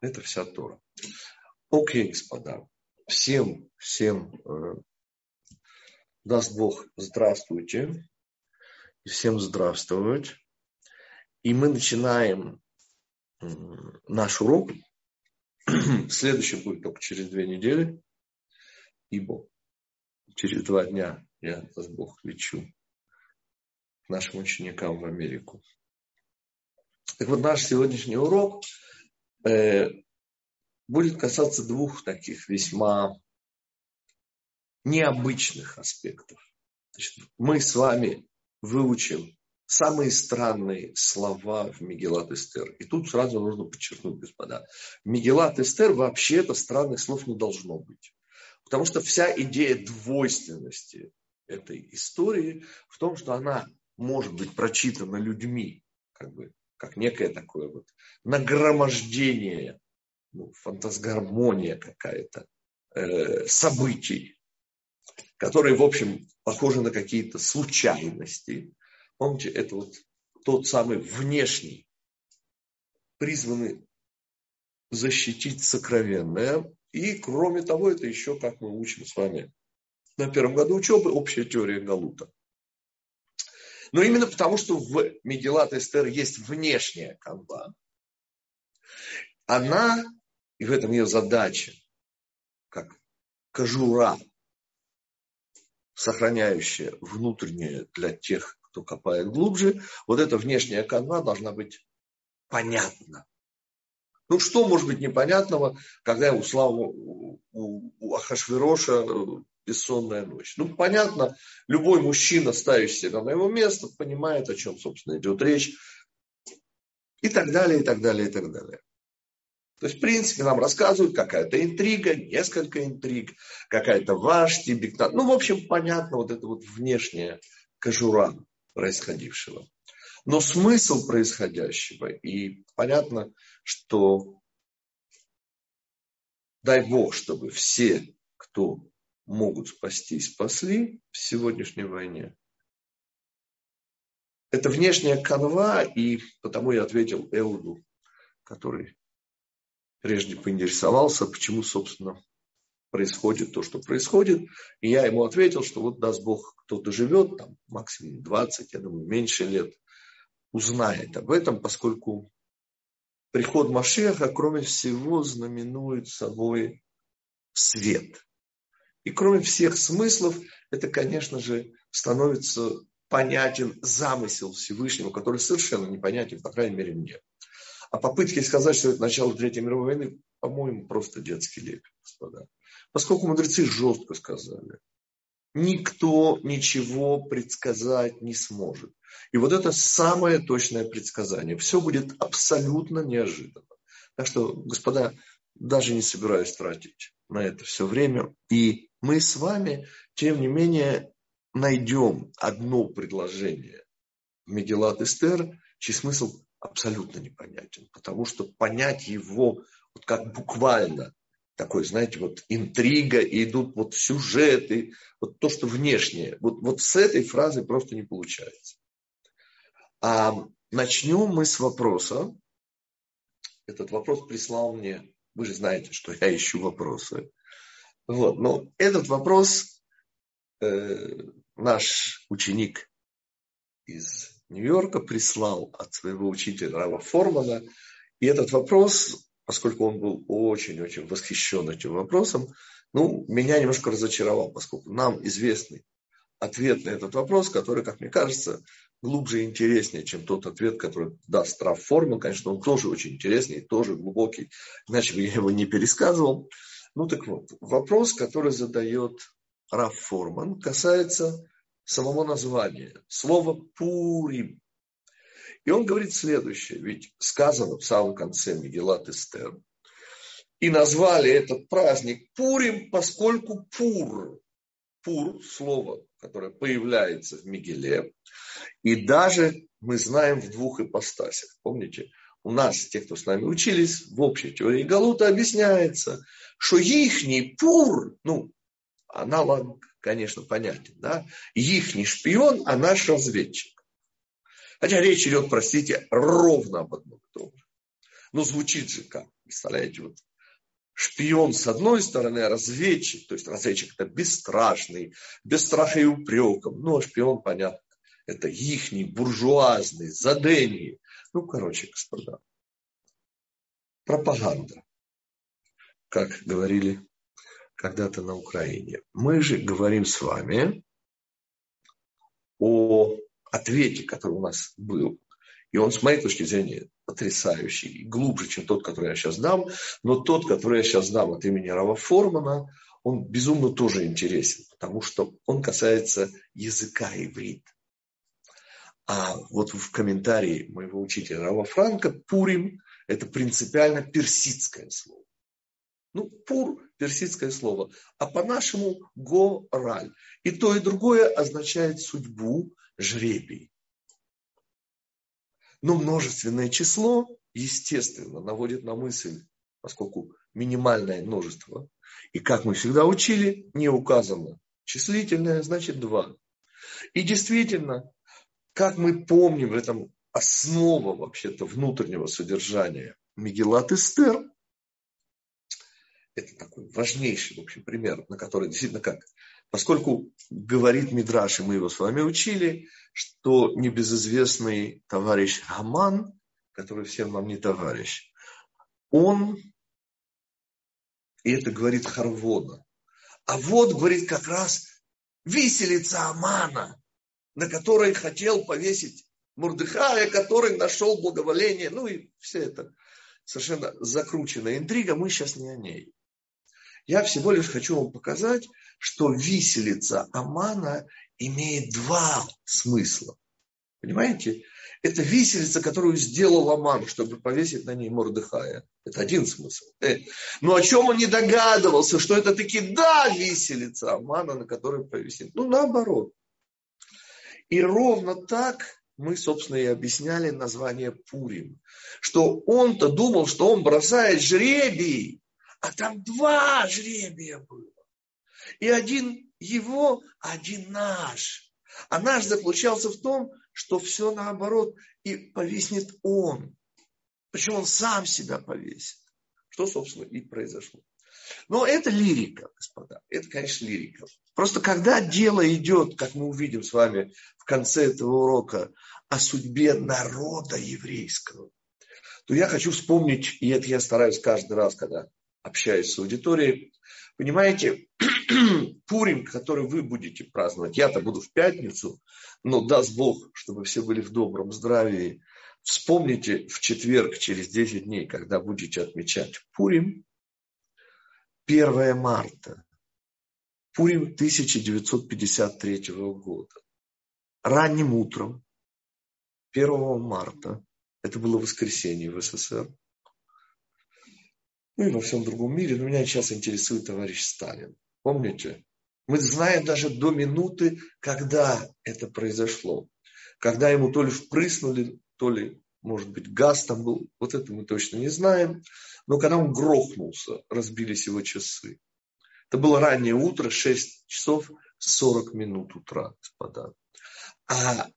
Это вся Тора. Окей, господа. Всем даст Бог здравствуйте. И всем здравствовать. И мы начинаем наш урок. Следующий будет только через 2 недели. Ибо через 2 дня я, даст Бог, лечу к нашим ученикам в Америку. Так вот, наш сегодняшний урок будет касаться 2 таких весьма необычных аспектов. Значит, мы с вами выучим самые странные слова в Мегилат Эстер. И тут сразу нужно подчеркнуть, господа, в Мегилат Эстер вообще-то странных слов не должно быть. Потому что вся идея двойственности этой истории в том, что она может быть прочитана людьми, как некое такое вот нагромождение, фантасгармония какая-то событий, которые, в общем, похожи на какие-то случайности. Помните, это вот тот самый внешний, призванный защитить сокровенное. И, кроме того, это еще, как мы учим с вами на 1-м году учебы, общая теория Галута. Но именно потому, что в Мегилат Эстер есть внешняя канва, она, и в этом ее задача, как кожура, сохраняющая внутреннее для тех, кто копает глубже, вот эта внешняя канва должна быть понятна. Что может быть непонятного, когда у Ахашвероша бессонная ночь? Понятно, любой мужчина, ставящий себя на его место, понимает, о чем, собственно, идет речь. И так далее, и так далее, и так далее. То есть, в принципе, нам рассказывают какая-то интрига, несколько интриг, какая-то Вашти, Бигтан. В общем, понятно вот это вот внешняя кожура происходившего. Но смысл происходящего, и понятно, что дай Бог, чтобы все, кто могут спастись, спасли в сегодняшней войне. Это внешняя канва, и потому я ответил Эуду, который прежде поинтересовался, почему, собственно, происходит то, что происходит. И я ему ответил, что вот даст Бог, кто-то живет, там максимум 20, я думаю, меньше лет, узнает об этом, поскольку приход Машиаха, кроме всего, знаменует собой свет. И кроме всех смыслов, это, конечно же, становится понятен замысел Всевышнего, который совершенно непонятен, по крайней мере, мне. А попытки сказать, что это начало Третьей мировой войны, по-моему, просто детский лепет, господа. Поскольку мудрецы жестко сказали, никто ничего предсказать не сможет. И вот это самое точное предсказание. Все будет абсолютно неожиданно. Так что, господа, даже не собираюсь тратить на это все время. И мы с вами, тем не менее, найдем одно предложение в Мегилат Эстер, чей смысл абсолютно непонятен. Потому что понять его вот как буквально, такой, знаете, вот интрига, и идут вот сюжеты, вот то, что внешнее. Вот с этой фразы просто не получается. А начнем мы с вопроса. Этот вопрос прислал мне, вы же знаете, что я ищу вопросы. Но этот вопрос наш ученик из Нью-Йорка прислал от своего учителя Рава Формана. И этот вопрос, поскольку он был очень-очень восхищен этим вопросом, меня немножко разочаровал, поскольку нам известный ответ на этот вопрос, который, как мне кажется, глубже и интереснее, чем тот ответ, который даст Рав Форман. Конечно, он тоже очень интересный, тоже глубокий, иначе бы я его не пересказывал. Так вот, вопрос, который задает Рав Форман, касается самого названия, слова Пурим. И он говорит следующее, ведь сказано в самом конце Мегилат Эстер, и назвали этот праздник Пурим, поскольку Пур, слово, которое появляется в Мегиле, и даже мы знаем в 2 ипостасях. Помните, у нас, те, кто с нами учились, в общей теории Галута объясняется, что ихний Пур, аналог, конечно, понятен, да, ихний шпион, а наш разведчик. Хотя речь идет, простите, ровно об одном и том же. Но звучит же как, представляете, вот шпион с одной стороны, а разведчик, то есть разведчик это бесстрашный, без страха и упреком. Ну, а шпион, понятно, это ихний, буржуазный, заденье. Ну, короче, господа, пропаганда, как говорили когда-то на Украине. Мы же говорим с вами о ответе, который у нас был. И он, с моей точки зрения, потрясающий. И глубже, чем тот, который я сейчас дам. Но тот, который я сейчас дам от имени Рава Формана, он безумно тоже интересен. Потому что он касается языка иврит. А вот в комментарии моего учителя Рава Франка Пурим – это принципиально персидское слово. Ну, пур – персидское слово. А по-нашему – гораль. И то, и другое означает судьбу, жребий. Но множественное число, естественно, наводит на мысль, поскольку минимальное множество. И как мы всегда учили, не указано числительное, значит 2. И действительно, как мы помним, в этом основа вообще-то внутреннего содержания Мегилат Эстер, это такой важнейший, в общем, пример, на который действительно как. Поскольку говорит Мидраш, и мы его с вами учили, что небезызвестный товарищ Гаман, который всем вам не товарищ, он, и это говорит Харвона, а вот, говорит, как раз виселица Амана, на которой хотел повесить Мордехая, который нашел благоволение, ну и все это совершенно закрученная интрига, мы сейчас не о ней. Я всего лишь хочу вам показать, что виселица Амана имеет 2 смысла. Понимаете? Это виселица, которую сделал Аман, чтобы повесить на ней Мордехая. Это один смысл. Но о чем он не догадывался, что это таки виселица Амана, на которой повесит. Ну, наоборот. И ровно так мы, собственно, и объясняли название Пурим. Что он-то думал, что он бросает жребий, а там 2 жребия было. И один его, один наш. А наш заключался в том, что все наоборот, и повиснет он. Причем он сам себя повесит. Что, собственно, и произошло. Но это лирика, господа. Это, конечно, лирика. Просто когда дело идет, как мы увидим с вами в конце этого урока, о судьбе народа еврейского, то я хочу вспомнить, и это я стараюсь каждый раз, когда общаюсь с аудиторией. Понимаете, Пурим, который вы будете праздновать, я-то буду в пятницу, но даст Бог, чтобы все были в добром здравии. Вспомните в четверг, через 10 дней, когда будете отмечать Пурим, 1 марта, Пурим 1953 года. Ранним утром 1 марта, это было воскресенье в СССР, ну и во всем другом мире, но меня сейчас интересует товарищ Сталин. Помните? Мы знаем даже до минуты, когда это произошло. Когда ему то ли впрыснули, то ли, может быть, газ там был. Вот это мы точно не знаем. Но когда он грохнулся, разбились его часы. Это было раннее утро, 6 часов 40 минут утра, господа. А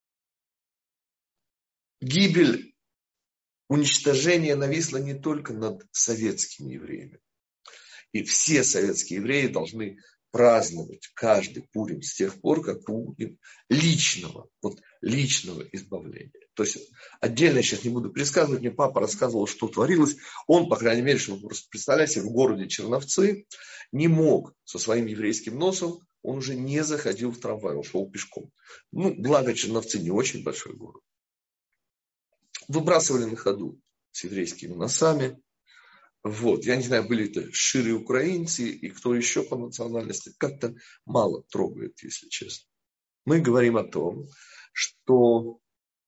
гибель, уничтожение нависло не только над советскими евреями. И все советские евреи должны праздновать каждый Пурим с тех пор, как Пурим личного избавления. То есть отдельно я сейчас не буду пересказывать, мне папа рассказывал, что творилось. Он, по крайней мере, чтобы вы просто представляете себе, в городе Черновцы не мог со своим еврейским носом, он уже не заходил в трамвай, он шел пешком. Ну, благо Черновцы не очень большой город. Выбрасывали на ходу с еврейскими носами. Вот. Я не знаю, были это шире украинцы и кто еще по национальности. Как-то мало трогает, если честно. Мы говорим о том, что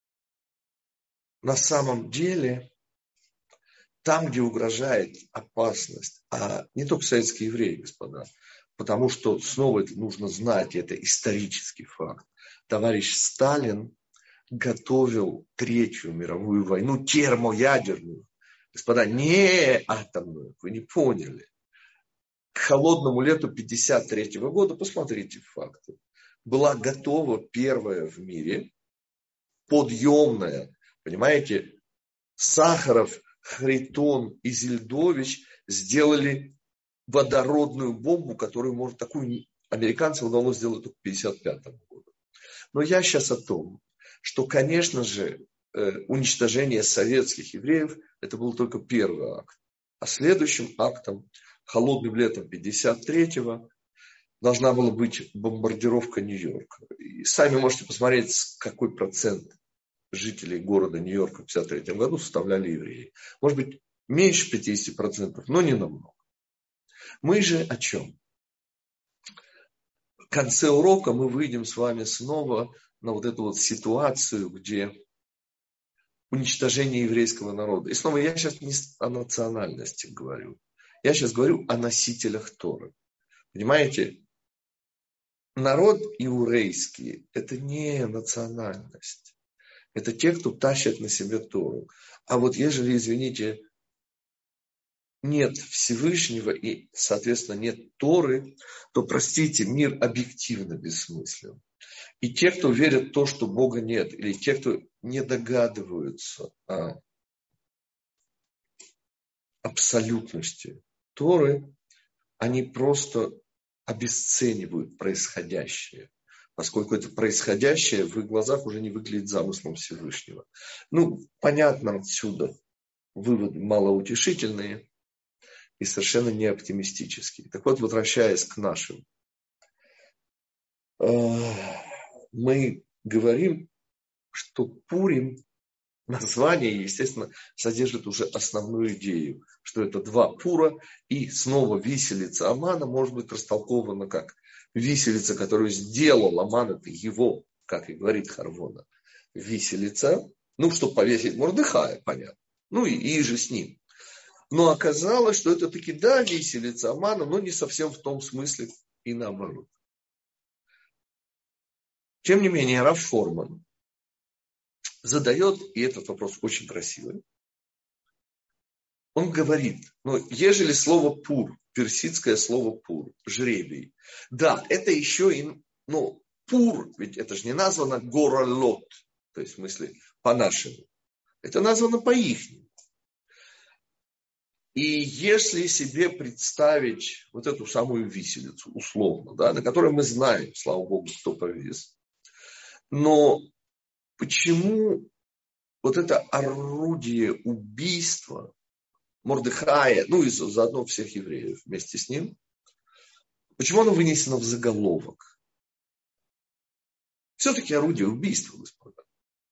на самом деле там, где угрожает опасность, а не только советские евреи, господа, потому что снова это нужно знать, это исторический факт. Товарищ Сталин готовил Третью мировую войну, термоядерную. Господа, не атомную, вы не поняли. К холодному лету 1953 года, посмотрите факты, была готова первая в мире подъемная, понимаете, Сахаров Харитон и Зельдович сделали водородную бомбу, которую может такую американцам удалось сделать только к 1955 году. Но я сейчас о том, что, конечно же, уничтожение советских евреев это был только первый акт. А следующим актом, холодным летом 1953-го, должна была быть бомбардировка Нью-Йорка. И сами можете посмотреть, какой процент жителей города Нью-Йорка в 1953 году составляли евреи. Может быть, меньше 50%, но не намного. Мы же о чем? В конце урока мы выйдем с вами снова на вот эту вот ситуацию, где уничтожение еврейского народа. И снова я сейчас не о национальности говорю. Я сейчас говорю о носителях Торы. Понимаете? Народ иурейский – это не национальность. Это те, кто тащит на себе Тору. А вот ежели, извините, нет Всевышнего и, соответственно, нет Торы, то, простите, мир объективно бессмыслен. И те, кто верят в то, что Бога нет, или те, кто не догадываются о абсолютности Торы, они просто обесценивают происходящее, поскольку это происходящее в их глазах уже не выглядит замыслом Всевышнего. Понятно отсюда выводы малоутешительные и совершенно не оптимистические. Так вот, возвращаясь к нашим, мы говорим, что Пурим, название, естественно, содержит уже основную идею, что это два Пура, и снова виселица Амана может быть растолкована как виселица, которую сделал Аман, это его, как и говорит Харвона, виселица, чтобы повесить Мордехая, понятно, и же с ним. Но оказалось, что это таки, да, виселица Амана, но не совсем в том смысле и наоборот. Тем не менее, Рав Форман задает, и этот вопрос очень красивый, он говорит, ежели слово пур, персидское слово пур, жребий, да, это еще и, пур, ведь это же не названо горолот, то есть в смысле по-нашему, это названо по-ихнему. И если себе представить вот эту самую виселицу, условно, да, на которой мы знаем, слава Богу, кто повес, но почему вот это орудие убийства Мордехая, и заодно всех евреев вместе с ним, почему оно вынесено в заголовок? Все-таки орудие убийства, господа.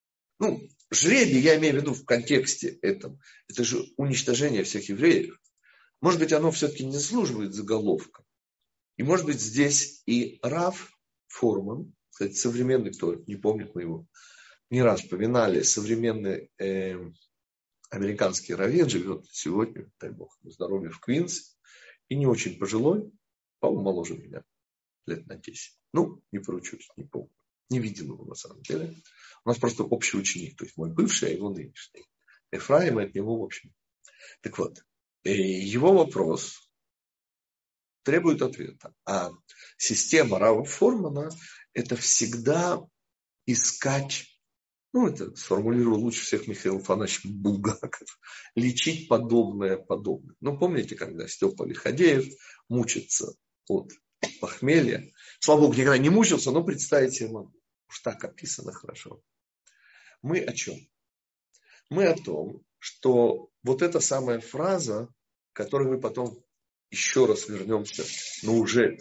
Жребий, я имею в виду в контексте этом, это же уничтожение всех евреев. Может быть, оно все-таки не заслуживает заголовка. И может быть, здесь и Рав Форман, кстати, современный, кто не помнит, мы его не раз вспоминали, современный американский раввин, живет сегодня, дай бог, на здоровье, в Квинсе, и не очень пожилой, по-моему, моложе меня, лет на 10. Не поручусь, не помню. Не видел его на самом деле. У нас просто общий ученик, то есть мой бывший, а его нынешний. Эфраим, от него, в общем. Так вот, его вопрос требует ответа. А система Рава Формана – это всегда искать, это сформулировал лучше всех Михаил Афанасьевич Булгаков, лечить подобное подобное. Помните, когда Степа Лиходеев мучится от похмелья? Слава Богу, никогда не мучился, но представить себе могу. Уж так описано хорошо. Мы о чем? Мы о том, что вот эта самая фраза, к которой мы потом еще раз вернемся, но уже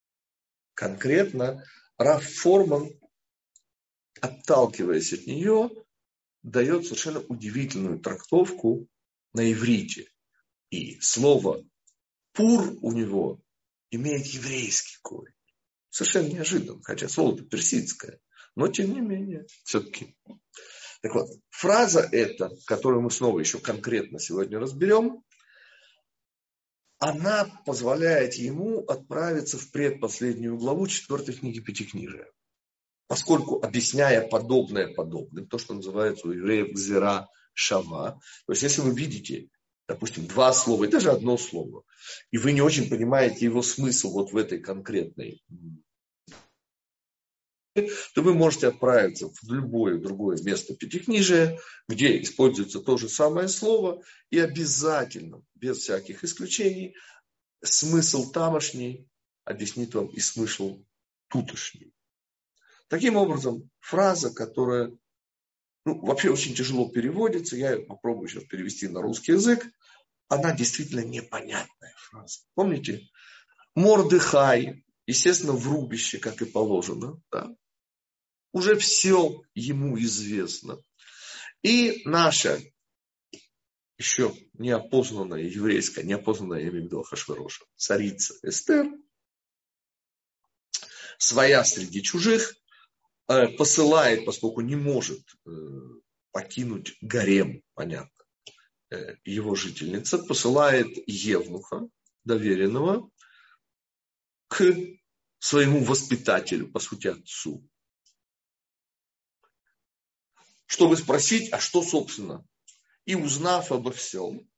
конкретно, Рав Форман, отталкиваясь от нее, дает совершенно удивительную трактовку на иврите. И слово «пур» у него имеет еврейский корень. Совершенно неожиданно, хотя слово-то персидское. Но, тем не менее, все-таки. Так вот, фраза эта, которую мы снова еще конкретно сегодня разберем, она позволяет ему отправиться в предпоследнюю главу 4 книги Пятикнижия. Поскольку, объясняя подобное подобным, то, что называется у евреев гзера шава, то есть если вы видите, допустим, два слова, и даже одно слово, и вы не очень понимаете его смысл вот в этой конкретной то вы можете отправиться в любое другое место Пятикнижия, где используется то же самое слово, и обязательно, без всяких исключений, смысл тамошний объяснит вам и смысл тутошний. Таким образом, фраза, которая вообще очень тяжело переводится, я ее попробую сейчас перевести на русский язык, она действительно непонятная фраза. Помните? Мордехай, естественно, в рубище, как и положено, да? Уже все ему известно. И наша еще неопознанная еврейская, неопознанная, я имею в виду Ахашвероша, царица Эстер, своя среди чужих, посылает, поскольку не может покинуть гарем, понятно, его жительница, посылает евнуха, доверенного, к своему воспитателю, по сути, отцу, чтобы спросить, а что, собственно, и узнав обо всем,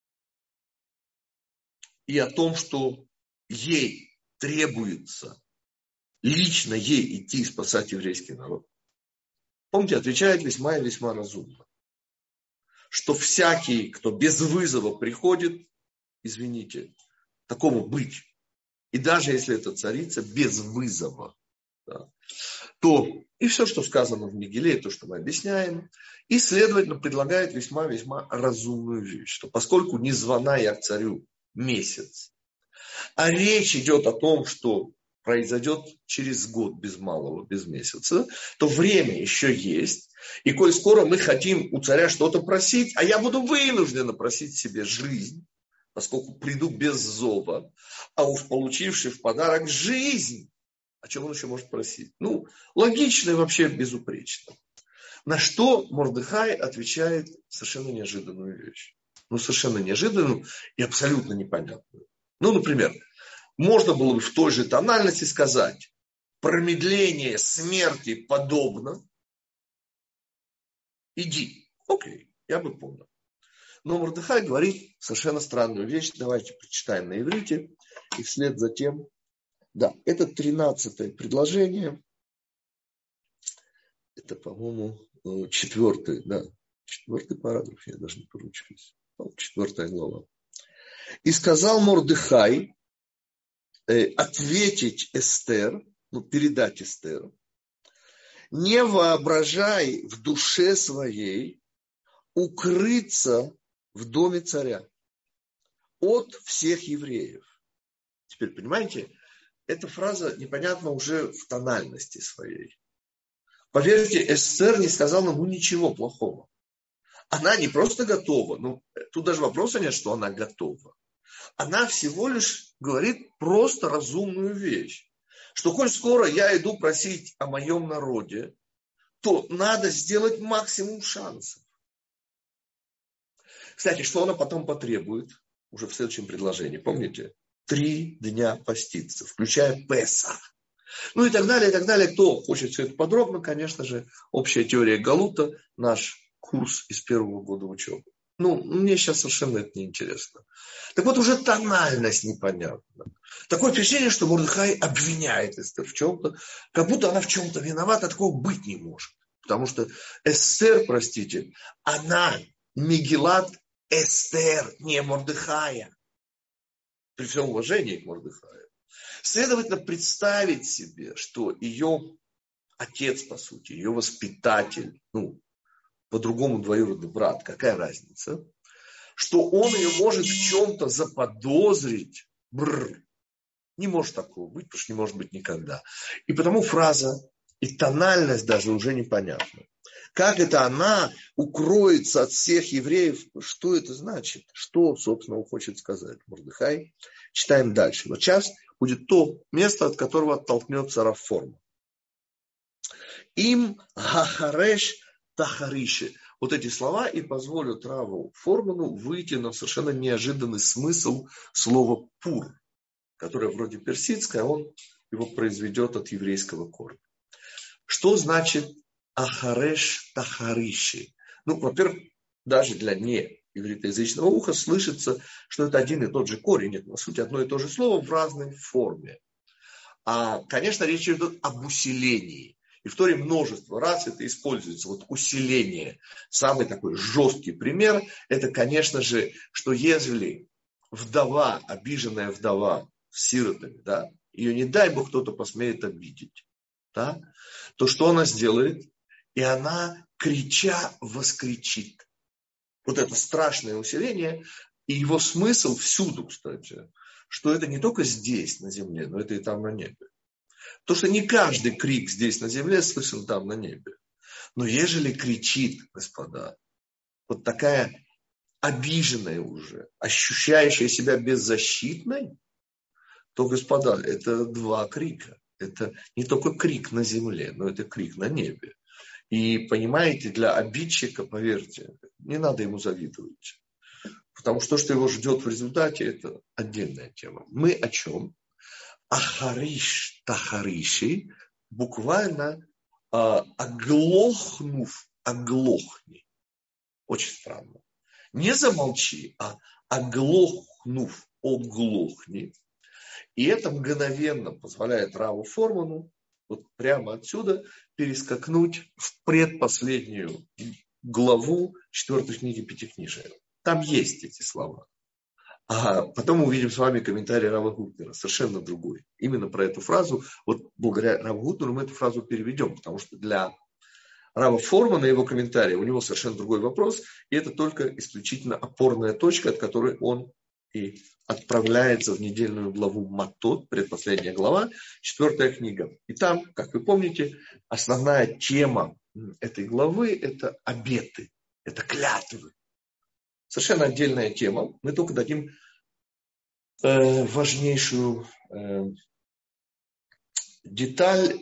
и о том, что ей требуется, лично ей идти и спасать еврейский народ. Помните, отвечает весьма и весьма разумно, что всякий, кто без вызова приходит, извините, такому быть, и даже если это царица, без вызова, да, то и все, что сказано в Мегиле, то, что мы объясняем, и, следовательно, предлагает весьма-весьма разумную вещь, что поскольку не звана я к царю месяц, а речь идет о том, что произойдет через год без малого, без месяца, то время еще есть. И коль скоро мы хотим у царя что-то просить, а я буду вынуждена просить себе жизнь, поскольку приду без зова, а уж получивший в подарок жизнь, о чем он еще может просить? Логично и вообще безупречно. На что Мордехай отвечает совершенно неожиданную вещь. Совершенно неожиданную и абсолютно непонятную. Например, можно было бы в той же тональности сказать: промедление смерти подобно. Иди. Окей, я бы понял. Но Мордехай говорит совершенно странную вещь. Давайте прочитаем на иврите. И вслед за тем, это 13-е предложение. Это, по-моему, 4-й параграф, я даже не поручусь. 4 глава. И сказал Мордехай ответить Эстер, передать Эстер: не воображай в душе своей укрыться в доме царя от всех евреев. Теперь, понимаете, эта фраза непонятна уже в тональности своей. Поверьте, Эстер не сказала ничего плохого. Она не просто готова, тут даже вопроса нет, что она готова. Она всего лишь говорит просто разумную вещь, что коль скоро я иду просить о моем народе, то надо сделать максимум шансов. Кстати, что она потом потребует уже в следующем предложении, помните? 3 дня поститься, включая Песах. И так далее, и так далее. Кто хочет все это подробно, конечно же, общая теория Галута, наш курс из 1-го года учебы. Мне сейчас совершенно это не интересно. Так вот, уже тональность непонятна. Такое впечатление, что Мордехай обвиняет Эстер в чем-то, как будто она в чем-то виновата, такого быть не может. Потому что Эстер, простите, она Мегилат Эстер, не Мордехая. При всем уважении к Мордехаю. Следовательно, представить себе, что ее отец, по сути, ее воспитатель, по-другому двоюродный брат, какая разница, что он ее может в чем-то заподозрить, не может такого быть, потому что не может быть никогда. И потому фраза и тональность даже уже непонятна. Как это она укроется от всех евреев? Что это значит? Что, собственно, он хочет сказать Мордехай? Читаем дальше. Вот сейчас будет то место, от которого оттолкнется Раф-форма. Им гахареш тахариши. Вот эти слова и позволят Раву Форману выйти на совершенно неожиданный смысл слова пур, которое вроде персидское, он его произведет от еврейского корня. Что значит ахареш тахариши? Во-первых, даже для неевритоязычного уха слышится, что это один и тот же корень. Нет, на сути, одно и то же слово в разной форме. Конечно, речь идет об усилении. И в Торе множество раз это используется. Вот усиление. Самый такой жесткий пример, это, конечно же, что если вдова, обиженная вдова с сиротами, да, ее не дай Бог кто-то посмеет обидеть, да, то что она сделает? И она, крича, воскричит. Вот это страшное усиление, и его смысл всюду, кстати, что это не только здесь, на земле, но это и там на небе. Потому что не каждый крик здесь на земле слышен там на небе. Но ежели кричит, господа, вот такая обиженная уже, ощущающая себя беззащитной, то, господа, это два крика. Это не только крик на земле, но это крик на небе. И понимаете, для обидчика, поверьте, не надо ему завидовать. Потому что то, что его ждет в результате, это отдельная тема. Мы о чем? Ахариш тахариши, буквально оглохнув, оглохни. Очень странно. Не замолчи, а оглохнув, оглохни. И это мгновенно позволяет Раву Форману вот прямо отсюда перескакнуть в предпоследнюю главу 4 книги Пятикнижия. Там есть эти слова. А потом мы увидим с вами комментарий Рава Гутнера, совершенно другой. Именно про эту фразу, вот благодаря Раву Гутнеру мы эту фразу переведем, потому что для Рава Формана его комментария у него совершенно другой вопрос, и это только исключительно опорная точка, от которой он и отправляется в недельную главу Матот, предпоследняя глава, 4 книга. И там, как вы помните, основная тема этой главы – это обеты, это клятвы. Совершенно отдельная тема. Мы только дадим важнейшую деталь,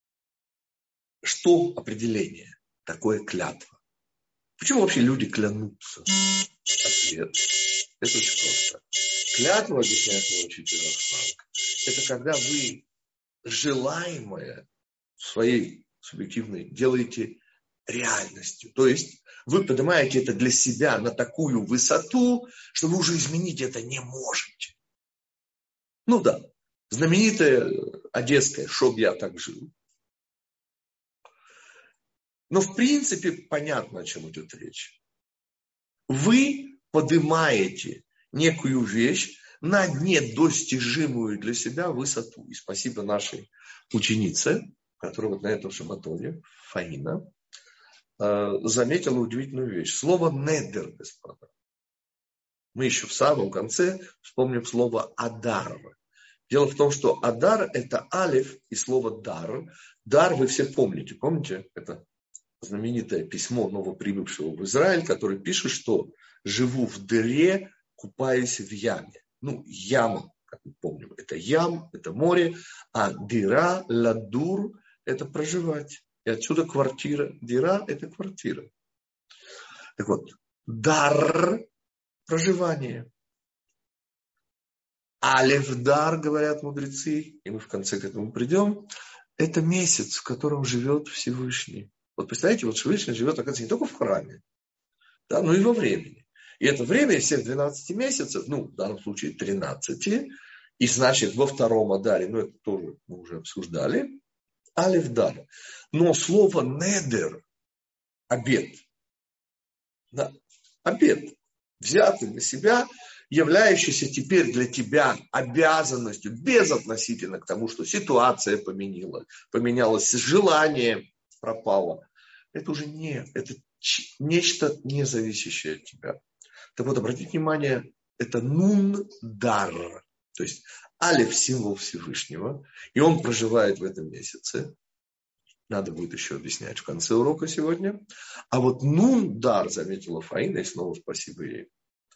что определение такое клятва. Почему вообще люди клянутся? Ответ. Это очень просто. Клятва, объясняет мой учитель Рахманг, это когда вы желаемое своей субъективной делаете реальностью. То есть вы поднимаете это для себя на такую высоту, что вы уже изменить это не можете. Ну да, знаменитая одесская «Чтоб я так жил». Но в принципе понятно, о чем идет речь. Вы поднимаете некую вещь на недостижимую для себя высоту. И спасибо нашей ученице, которая вот на этом шабатоне, Фаина, заметила удивительную вещь. Слово «недер», господа. Мы еще в самом конце вспомним слово «адар». Дело в том, что «адар» – это алиф и слово «дар». «Дар» вы все помните. Помните? Это знаменитое письмо новоприбывшего в Израиль, который пишет, что «живу в дыре, купаюсь в яме». Ну, яма, как мы помним, это ям, это море, а дыра, ладур – это проживать. И отсюда квартира. Дыра – это квартира. Так вот, дар – проживание. Алев-дар, говорят мудрецы, и мы в конце к этому придем, это месяц, в котором живет Всевышний. Вот представляете, вот Всевышний живет, оказывается, не только в храме, да, но и во времени. И это время из всех 12 месяцев, ну, в данном случае 13, и значит во втором адаре, ну, это тоже мы уже обсуждали, алев-дар. Но слово недер, обет, да, обет, взятый на себя, являющийся теперь для тебя обязанностью, безотносительно к тому, что ситуация поменялась, желание пропало. Это уже не, это нечто не зависящее от тебя. Так вот, обратите внимание, это нун-дар, то есть алеф – символ Всевышнего, и он проживает в этом месяце. Надо будет еще объяснять в конце урока сегодня. А вот нун-дар, заметила Фаина, и снова спасибо ей.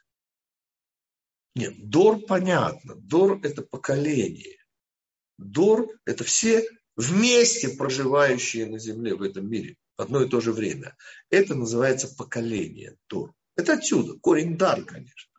Нет, дор понятно. Дор – это поколение. Дор – это все вместе проживающие на земле в этом мире в одно и то же время. Это называется поколение, дор. Это отсюда, корень дар, конечно.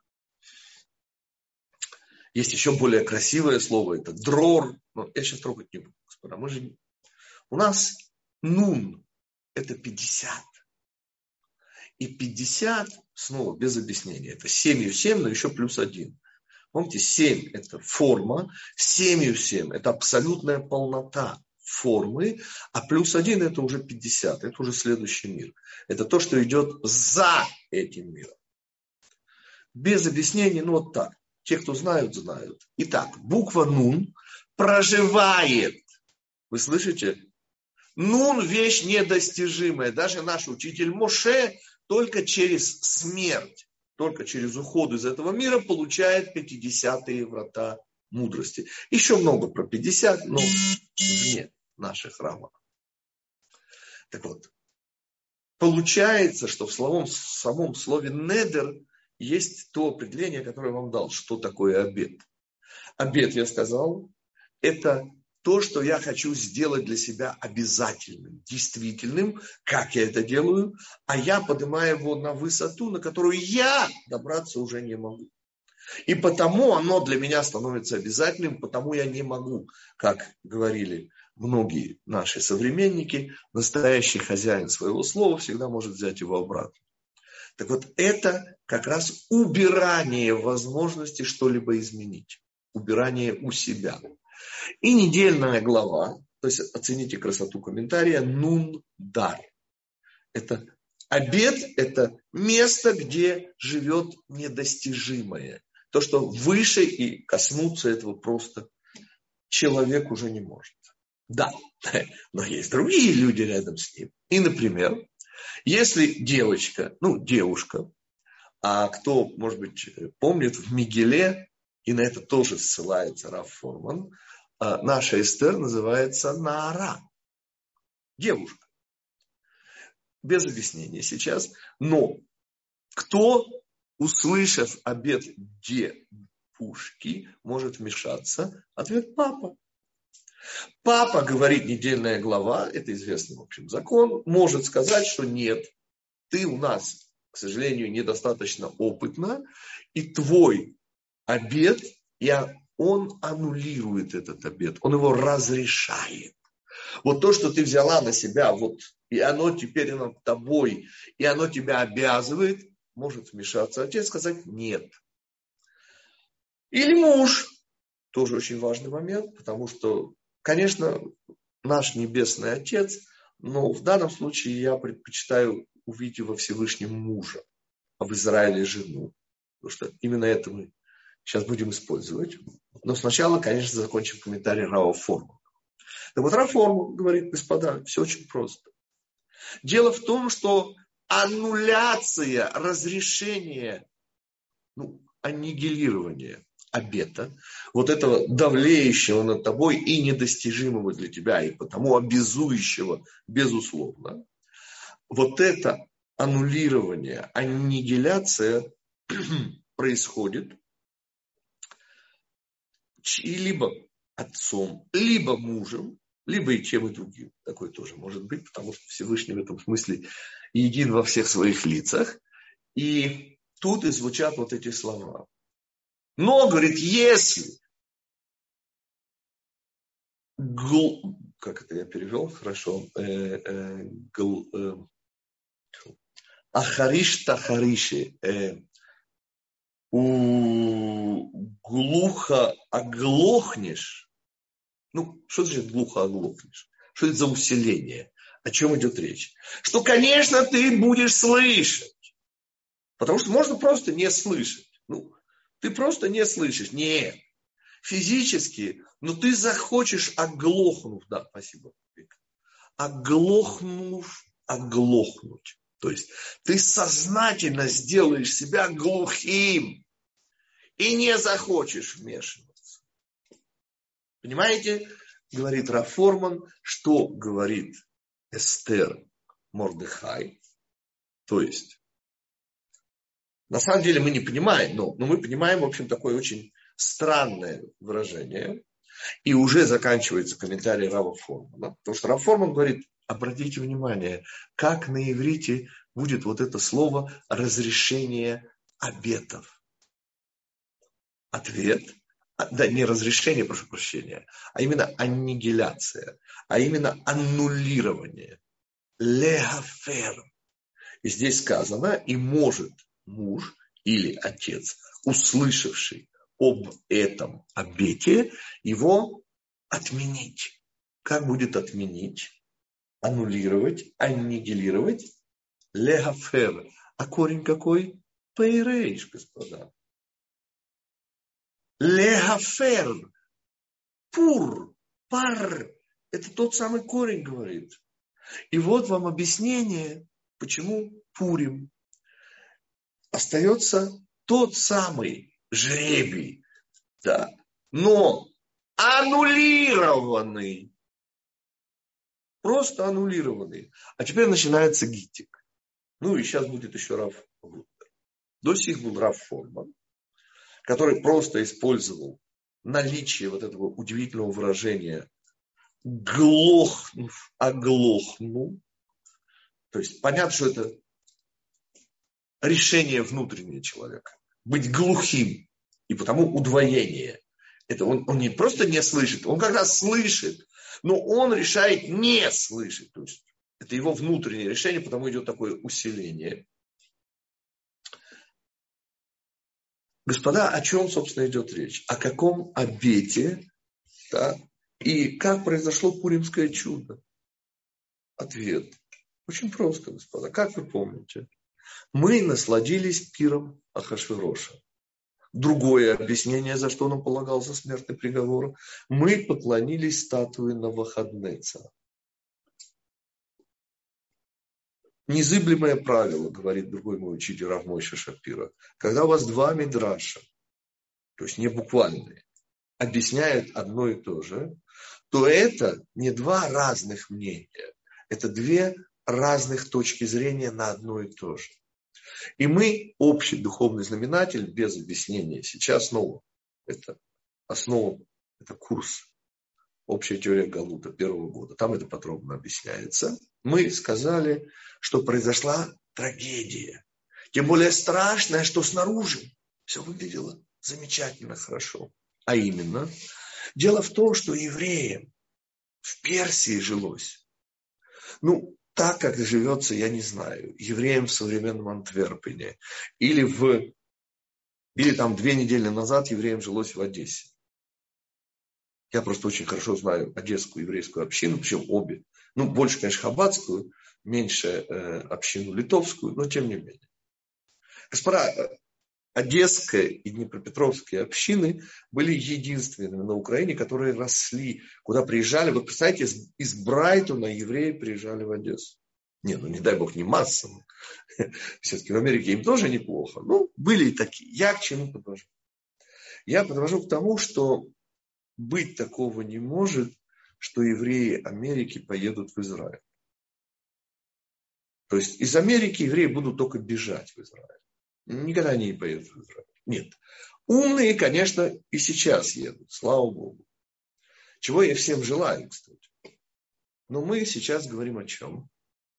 Есть еще более красивое слово, это дрор. Но я сейчас трогать не буду, господа. У нас нун – это 50. И 50, снова без объяснения, это 7 но еще плюс 1. Помните, 7 – это форма, 7 это абсолютная полнота. формы, а +1 это уже 50, это уже следующий мир. Это то, что идет за этим миром. Без объяснений, ну вот так. Те, кто знают, знают. Итак, буква Нун проживает. Вы слышите? Нун вещь недостижимая. Даже наш учитель Моше только через смерть, только через уход из этого мира получает 50-е врата мудрости. Еще много про 50, но вне наших рамок. Так вот, получается, что в самом слове недер есть то определение, которое я вам дал, что такое обет. Обет, я сказал, это то, что я хочу сделать для себя обязательным, действительным, как я это делаю, а я поднимаю его на высоту, на которую я добраться уже не могу. И потому оно для меня становится обязательным, потому я не могу, как говорили многие наши современники, настоящий хозяин своего слова всегда может взять его обратно. Так вот, это как раз убирание возможности что-либо изменить, убирание у себя. И недельная глава, то есть оцените красоту комментария, Нун-Дар. Это обет, это место, где живет недостижимое. То, что выше и коснуться этого просто человек уже не может. Да, но есть другие люди рядом с ним. И, например, если девушка, а кто, может быть, помнит, в Мегиле, и на это тоже ссылается Рав Форман, наша Эстер называется Наара. Девушка. Без объяснения сейчас. Но кто, услышав обет девушки, может вмешаться? Ответ – папа. Папа, говорит недельная глава, это известный, в общем, закон, может сказать, что нет, ты у нас, к сожалению, недостаточно опытна, и твой обет, он аннулирует этот обет, он его разрешает. Вот то, что ты взяла на себя, и оно теперь над тобой, и оно тебя обязывает, может вмешаться отец, сказать нет. Или муж, тоже очень важный момент, потому что, конечно, наш небесный отец, но в данном случае я предпочитаю увидеть во Всевышнем мужа, а в Израиле жену. Потому что именно это мы сейчас будем использовать. Но сначала, конечно, закончим комментарий Рава Формана. Так вот, Рав Форман говорит, господа, все очень просто. Дело в том, что аннуляция, разрешение, аннигилирование обета, вот этого давлеющего над тобой и недостижимого для тебя, и потому обязующего, безусловно, вот это аннулирование, аннигиляция происходит либо отцом, либо мужем, либо и тем, и другим. Такое тоже может быть, потому что Всевышний в этом смысле един во всех своих лицах. И тут и звучат вот эти слова. Но, говорит, если как это я перевел? Хорошо. Ахариш тахариши. Глухо оглохнешь. Что значит глухо оглохнешь? Что это за усиление? О чем идет речь? Что, конечно, ты будешь слышать. Потому что можно просто не слышать. Ты просто не слышишь. Нет. Физически, но ты захочешь оглохнув. Да, спасибо. Оглохнуть. То есть ты сознательно сделаешь себя глухим и не захочешь вмешиваться. Понимаете, говорит Рав Форман, что говорит Эстер Мордехай. То есть, на самом деле мы не понимаем, но мы понимаем, в общем, такое очень странное выражение. И уже заканчивается комментарий Рава Формана. Потому что Рав Форман говорит, обратите внимание, как на иврите будет вот это слово разрешение обетов. Ответ, не разрешение, прошу прощения, а именно аннигиляция, а именно аннулирование. Легафер. И здесь сказано, и может муж или отец, услышавший об этом обете, его отменить. как будет отменить, аннулировать, аннигилировать? Легафер. А корень какой? Пейрейш, господа. Легафер. Пур. Пар. Это тот самый корень, говорит. И вот вам объяснение, почему Пурим. Остается тот самый жребий, да, но аннулированный. Просто аннулированный. А теперь начинается гитик. Ну и сейчас будет еще Рав Гуттер. До сих был Рав Форман, который просто использовал наличие вот этого удивительного выражения глохнув, оглохнул. То есть понятно, что это решение внутреннего человека. Быть глухим. И потому удвоение. Это он не просто не слышит, он как раз слышит, но он решает не слышать. То есть это его внутреннее решение, потому идет такое усиление. Господа, о чем, собственно, идет речь? О каком обете, да? И как произошло Пуримское чудо? Ответ. Очень просто, господа. Как вы помните? Мы насладились пиром Ахашвероша. Другое объяснение, за что нам полагался смертный приговор. Мы поклонились статуе Навуходоносора. Незыблемое правило, говорит другой мой учитель Рав Мойше Шапира. Когда у вас два мидраша, то есть не буквальные, объясняют одно и то же, то это не два разных мнения. Это две разных точки зрения на одно и то же. И мы, общий духовный знаменатель, без объяснения, сейчас снова, это основа, это курс, общая теория Галута первого года, там это подробно объясняется. Мы сказали, что произошла трагедия. Тем более страшная, что снаружи все выглядело замечательно хорошо. А именно, дело в том, что евреям в Персии жилось, так, как живется, я не знаю, евреям в современном Антверпене. Или там 2 недели назад евреям жилось в Одессе. Я просто очень хорошо знаю одесскую еврейскую общину, причем обе. Больше, конечно, хаббатскую, меньше общину литовскую, но тем не менее. Господа, одесская и днепропетровские общины были единственными на Украине, которые росли, куда приезжали. Вот представляете, из Брайтона евреи приезжали в Одессу. Не дай бог, не массово. Все-таки в Америке им тоже неплохо. Были и такие. Я к чему подвожу? Я подвожу к тому, что быть такого не может, что евреи Америки поедут в Израиль. То есть из Америки евреи будут только бежать в Израиль. Никогда они не поедут в Израиль. Нет. Умные, конечно, и сейчас едут. Слава Богу. Чего я всем желаю, кстати. Но мы сейчас говорим о чем?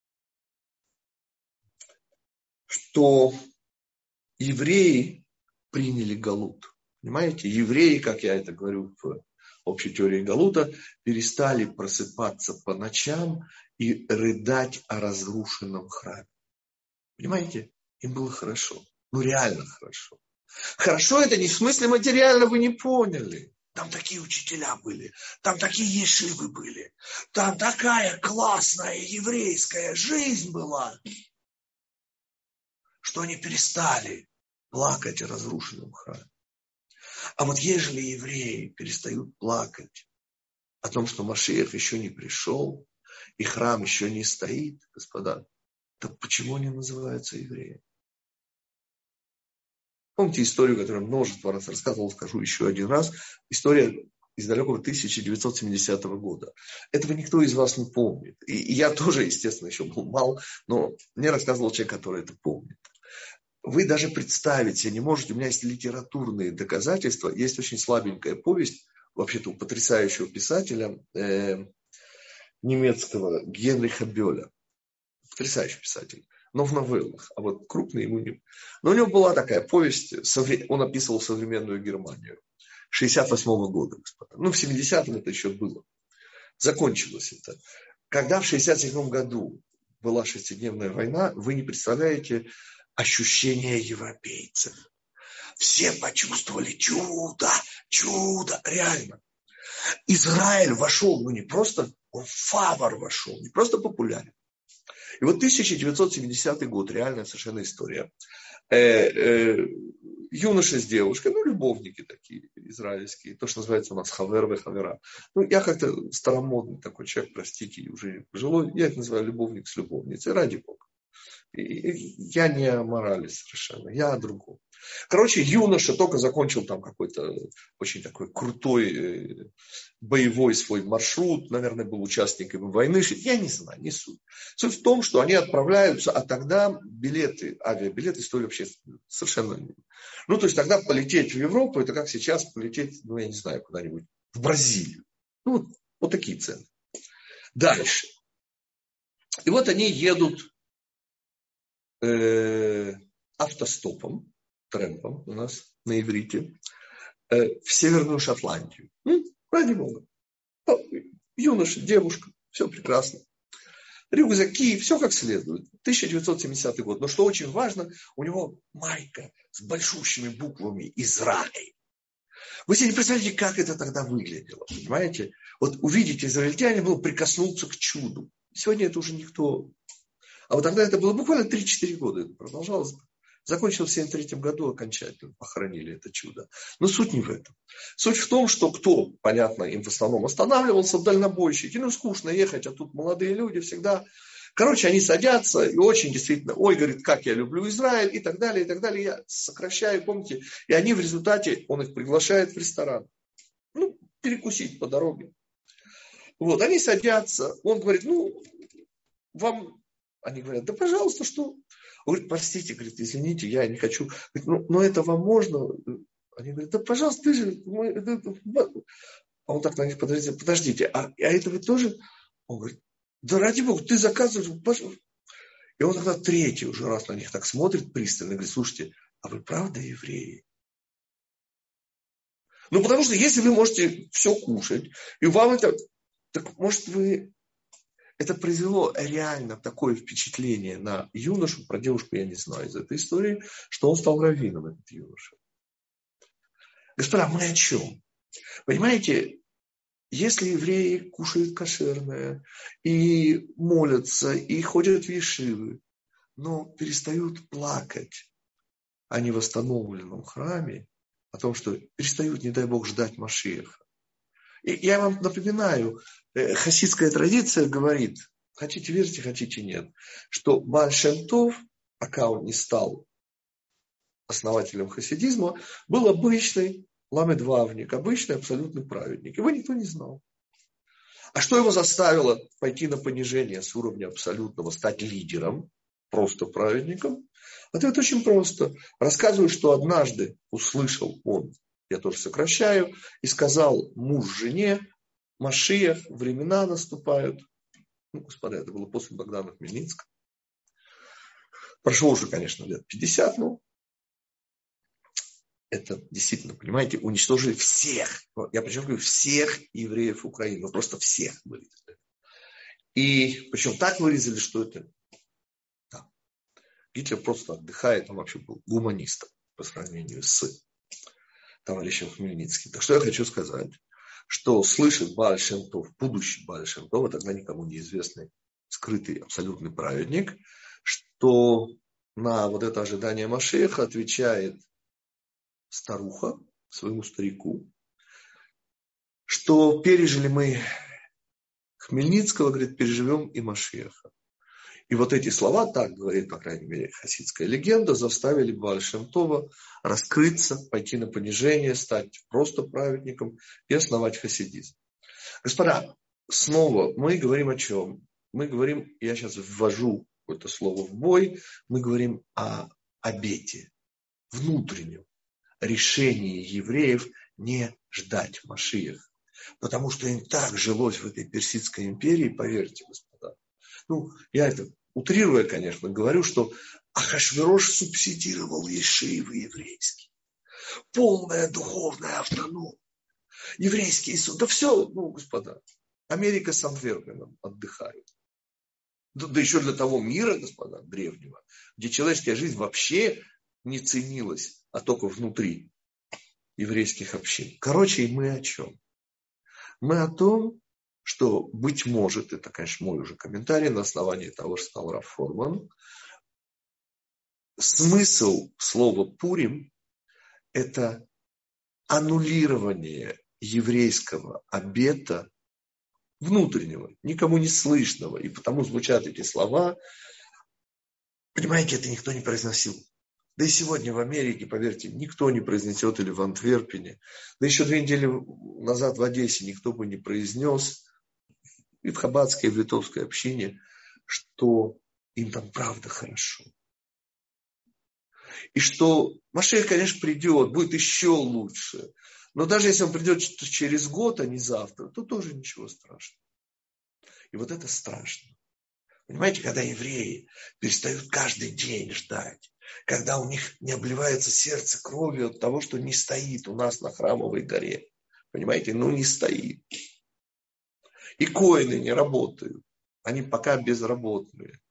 Что евреи приняли галут. Понимаете? Евреи, как я это говорю в общей теории галута, перестали просыпаться по ночам и рыдать о разрушенном храме. Понимаете? Им было хорошо. Реально хорошо. Хорошо это не в смысле материально, вы не поняли. Там такие учителя были, там такие ешивы были, там такая классная еврейская жизнь была, что они перестали плакать о разрушенном храме. А вот ежели евреи перестают плакать о том, что Машиах еще не пришел, и храм еще не стоит, господа, то почему они называются евреями? Помните историю, которую множество раз рассказывал, скажу еще один раз. История из далекого 1970 года. Этого никто из вас не помнит. И я тоже, естественно, еще был мал, но мне рассказывал человек, который это помнит. Вы даже представить себе не можете. У меня есть литературные доказательства. Есть очень слабенькая повесть, вообще-то у потрясающего писателя немецкого Генриха Бёля. Потрясающий писатель. Но в новеллах. А вот крупный ему не... Но у него была такая повесть, он описывал современную Германию. 68-го года, господа. В 70-м это еще было. Закончилось это. Когда в 67-м году была шестидневная война, вы не представляете ощущения европейцев. Все почувствовали чудо, реально. Израиль вошел, не просто, он в фавор вошел, не просто популярен. И вот 1970 год, реальная совершенно история. Юноша с девушкой, любовники такие израильские, то, что называется у нас хавер хавера. Я как-то старомодный такой человек, простите, уже пожилой, я это называю любовник с любовницей, ради Бога. Я не о морали совершенно, я о другом. Короче, юноша только закончил там какой-то очень такой крутой боевой свой маршрут, наверное, был участником войны, я не знаю, не суть. Суть в том, что они отправляются, а тогда авиабилеты стоили вообще совершенно... то есть тогда полететь в Европу, это как сейчас полететь, я не знаю, куда-нибудь в Бразилию. Вот такие цены. Дальше. И вот они едут автостопом, трэмпом у нас на иврите, в Северную Шотландию. Ради Бога. Юноша, девушка, все прекрасно. Рюкзаки, все как следует. 1970 год. Но что очень важно, у него майка с большущими буквами «Израиль». Вы себе не представляете, как это тогда выглядело. Понимаете? Вот увидеть израильтяне было прикоснуться к чуду. Сегодня это уже никто... А вот тогда это было буквально 3-4 года. Это продолжалось. Закончилось в 1973 году, окончательно похоронили это чудо. Но суть не в этом. Суть в том, что кто, понятно, им в основном останавливался, дальнобойщики. Скучно ехать, а тут молодые люди всегда. Короче, они садятся и очень действительно, говорит, как я люблю Израиль и так далее, и так далее. Я сокращаю, помните. И они в результате, он их приглашает в ресторан. Перекусить по дороге. Они садятся, он говорит, вам... Они говорят, да пожалуйста, что... Он говорит, простите, говорит, извините, я не хочу. Говорит, но это вам можно? Они говорят, да пожалуйста, ты же... А он так на них подождите, а это вы тоже? Он говорит, да ради Бога, ты заказываешь, пожалуйста. И он тогда третий уже раз на них так смотрит пристально, говорит, слушайте, а вы правда евреи? Потому что если вы можете все кушать, и вам это... Так может вы... Это произвело реально такое впечатление на юношу, про девушку я не знаю из этой истории, что он стал раввином, этот юноша. Господа, мы о чем? Понимаете, если евреи кушают кошерное, и молятся, и ходят в ешивы, но перестают плакать о невосстановленном храме, о том, что перестают, не дай Бог, ждать Машиаха. И я вам напоминаю, хасидская традиция говорит, хотите верьте, хотите нет, что Бааль Шем Тов, пока он не стал основателем хасидизма, был обычный ламедвавник, обычный абсолютный праведник. Его никто не знал. А что его заставило пойти на понижение с уровня абсолютного, стать лидером, просто праведником? Ответ очень просто. Рассказываю, что однажды услышал он, я тоже сокращаю, и сказал муж жене, Машиах, времена наступают. Господа, это было после Богдана Хмельницкого. Прошло уже, конечно, лет 50, но это действительно, понимаете, уничтожили всех, я подчеркиваю, всех евреев Украины, просто всех вырезали. И причем так вырезали, что это... Да. Гитлер просто отдыхает, он вообще был гуманистом по сравнению с товарищем Хмельницким. Так что я хочу сказать, что слышит Бааль Шем Тов, будущий Бааль Шем Тов, а тогда никому неизвестный, скрытый абсолютный праведник, что на вот это ожидание Машиаха отвечает старуха своему старику, что пережили мы Хмельницкого, говорит, переживем и Машиаха. И вот эти слова, так говорит, по крайней мере, хасидская легенда, заставили Бааль Шем Това раскрыться, пойти на понижение, стать просто праведником и основать хасидизм. Господа, снова мы говорим о чем? Мы говорим, я сейчас ввожу какое-то слово в бой, мы говорим о обете, внутреннем решении евреев не ждать Машиаха. Потому что им так жилось в этой Персидской империи, поверьте, господа. Я это утрируя, конечно, говорю, что Ахашверош субсидировал ешивы еврейские. Полная духовная автономия. Еврейский суд. Да все, господа. Америка с Антверпеном отдыхает. Да еще для того мира, господа, древнего, где человеческая жизнь вообще не ценилась, а только внутри еврейских общин. Короче, и мы о чем? Мы о том, что, быть может, это, конечно, мой уже комментарий на основании того, что сказал Рав Форман, смысл слова «Пурим» – это аннулирование еврейского обета внутреннего, никому не слышного. И потому звучат эти слова. Понимаете, это никто не произносил. Да и сегодня в Америке, поверьте, никто не произнесет, или в Антверпене. Да еще 2 недели назад в Одессе никто бы не произнес, и в хаббатской, и в литовской общине, что им там правда хорошо. И что Машиах, конечно, придет, будет еще лучше. Но даже если он придет через год, а не завтра, то тоже ничего страшного. И вот это страшно. Понимаете, когда евреи перестают каждый день ждать, когда у них не обливается сердце кровью от того, что не стоит у нас на Храмовой горе. Понимаете, не стоит. И коины не работают. Они пока безработные.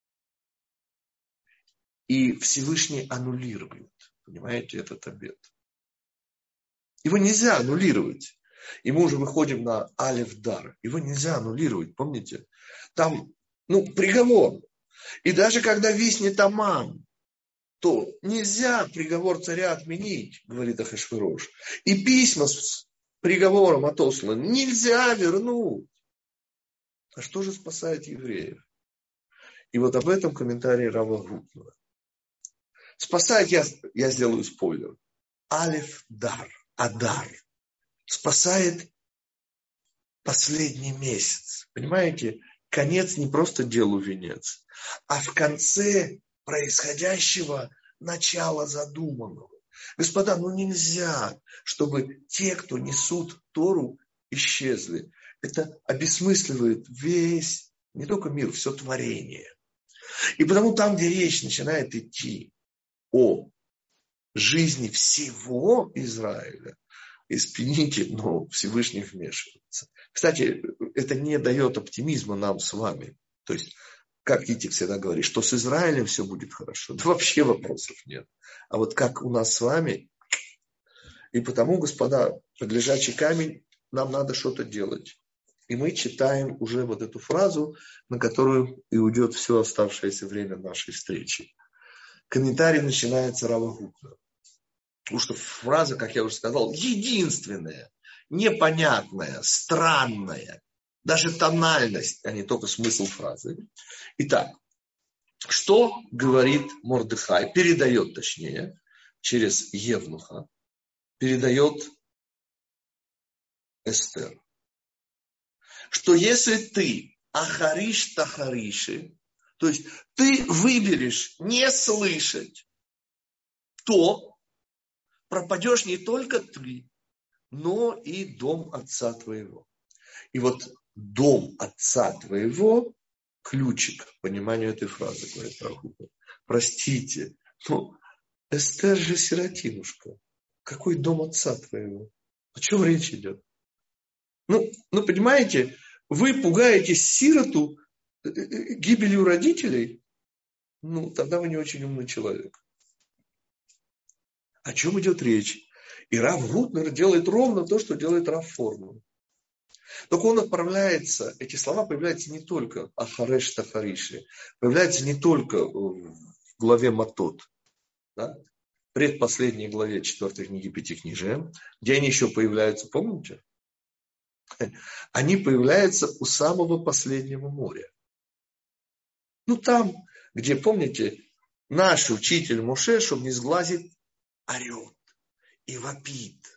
И Всевышний аннулирует, понимаете, этот обет. Его нельзя аннулировать. И мы уже выходим на Алеф-Дар. Его нельзя аннулировать, помните? Там, приговор. И даже когда виснет Аман, то нельзя приговор царя отменить, говорит Ахашвирош. И письма с приговором отосланы нельзя вернуть. А что же спасает евреев? И вот об этом комментарий Рава Гутнера. Спасает, я сделаю спойлер, Алеф-Дар, Адар. Спасает последний месяц. Понимаете, конец не просто делу венец, а в конце происходящего начала задуманного. Господа, нельзя, чтобы те, кто несут Тору, исчезли. Это обесмысливает весь, не только мир, все творение. И потому там, где речь начинает идти о жизни всего Израиля, извините, но Всевышний вмешивается. Кстати, это не дает оптимизма нам с вами. То есть, как Итик всегда говорит, что с Израилем все будет хорошо. Да вообще вопросов нет. А вот как у нас с вами. И потому, господа, под лежачий камень нам надо что-то делать. И мы читаем уже вот эту фразу, на которую и уйдет все оставшееся время нашей встречи. Комментарий начинается Рава Гутнера. Потому что фраза, как я уже сказал, единственная, непонятная, странная. Даже тональность, а не только смысл фразы. Итак, что говорит Мордехай, передает точнее, через Евнуха, передает Эстер. Что если ты ахариш тахариши, то есть ты выберешь не слышать, то пропадешь не только ты, но и дом отца твоего. И вот дом отца твоего – ключик к пониманию этой фразы, говорит Рахуба. Простите, но Эстер же сиротинушка. Какой дом отца твоего? О чем речь идет? Понимаете, вы пугаете сироту гибелью родителей? Тогда вы не очень умный человек. О чем идет речь? И Рав Гутнер делает ровно то, что делает Рав Форман. Только он отправляется, эти слова появляются не только Ахареш Тахариши, появляются не только в главе Матот, да? Предпоследней главе 4 книги Пятикнижия, где они еще появляются, помните? Они появляются у самого последнего моря. Там, где, помните, наш учитель Моше, чтобы не сглазить, орет и вопит.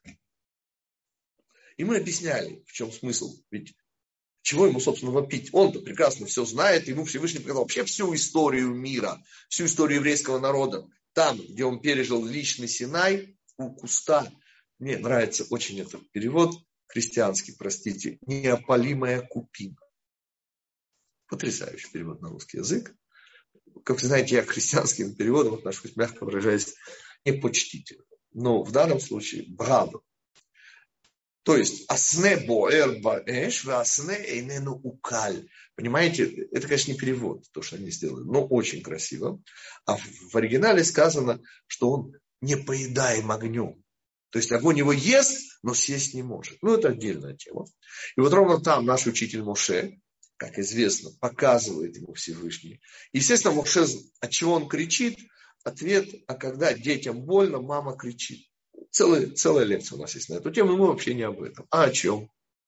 И мы объясняли, в чем смысл. Ведь чего ему, собственно, вопить? Он-то прекрасно все знает. Ему Всевышний показал вообще всю историю мира, всю историю еврейского народа. Там, где он пережил личный Синай, у куста. Мне нравится очень этот перевод, христианский, простите, неопалимая купина. Потрясающий перевод на русский язык. Как вы знаете, я к христианским переводам отношусь, мягко выражаясь, непочтительно. Но в данном случае браво. То есть, асне боэр баэш, асне эйнену укаль. Понимаете, это, конечно, не перевод, то, что они сделали, но очень красиво. А в оригинале сказано, что он непоедаем огнем. То есть огонь его ест, но съесть не может. Ну, это отдельная тема. И вот ровно там наш учитель Моше, как известно, показывает ему Всевышний. Естественно, Моше, от чего он кричит? Ответ, а когда детям больно, мама кричит. Целая лекция у нас есть на эту тему, мы вообще не об этом. А о чем?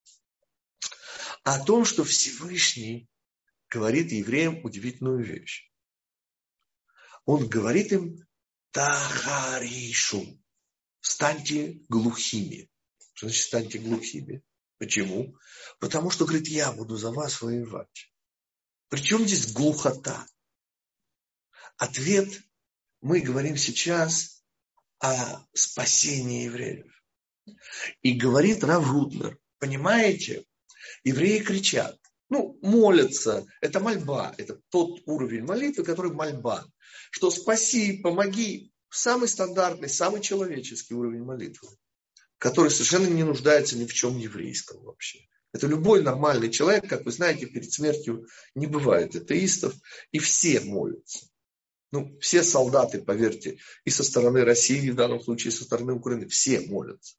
О том, что Всевышний говорит евреям удивительную вещь. Он говорит им: тахаришу, станьте глухими. Что значит станьте глухими? Почему? Потому что, говорит, я буду за вас воевать. Причем здесь глухота? Ответ: мы говорим сейчас о спасении евреев. И говорит Рав Гутнер, понимаете, евреи кричат, молятся, это мольба, это тот уровень молитвы, который мольба, что спаси, помоги, самый стандартный, самый человеческий уровень молитвы, который совершенно не нуждается ни в чем еврейском вообще. Это любой нормальный человек, как вы знаете, перед смертью не бывает атеистов, и все молятся. Все солдаты, поверьте, и со стороны России, в данном случае, и со стороны Украины, все молятся.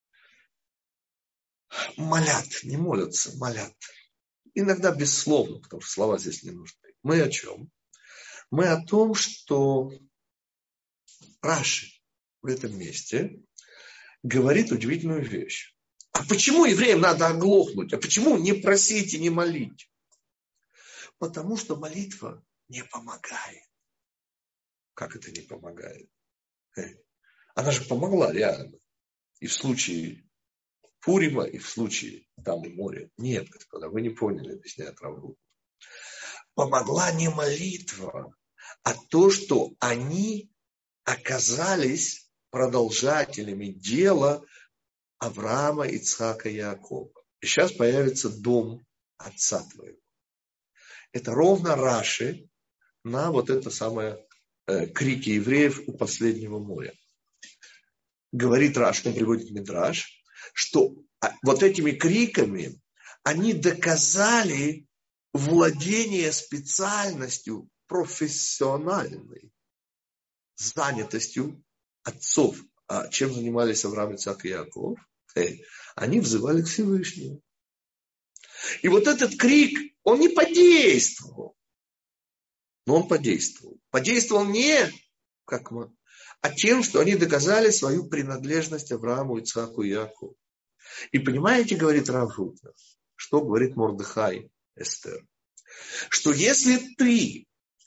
Молят, не молятся, молят. Иногда бессловно, потому что слова здесь не нужны. Мы о чем? Мы о том, что Раши в этом месте говорит удивительную вещь. А почему евреям надо оглохнуть? А почему не просить и не молить? Потому что молитва не помогает. Как это не помогает? Она же помогла реально. И в случае Пурима, и в случае там моря. Нет, господа, вы не поняли, объясняет Рав Гутнер. Помогла не молитва, а то, что они оказались продолжателями дела Авраама, Ицхака и Иакова. И сейчас появится дом отца твоего. Это ровно Раши на вот это самое крики евреев у последнего моря. Говорит Раши, он приводит Мидраш, что вот этими криками они доказали владение специальностью профессиональной, занятостью отцов. А чем занимались Авраам, Ицхак и Иаков? Они взывали к Всевышнему. И вот этот крик, он не подействовал. Но он подействовал. Подействовал не как мы, а тем, что они доказали свою принадлежность Аврааму, Ицхаку и Иакову. И понимаете, говорит Рав Гутнер, что говорит Мордехай Эстер? Что если ты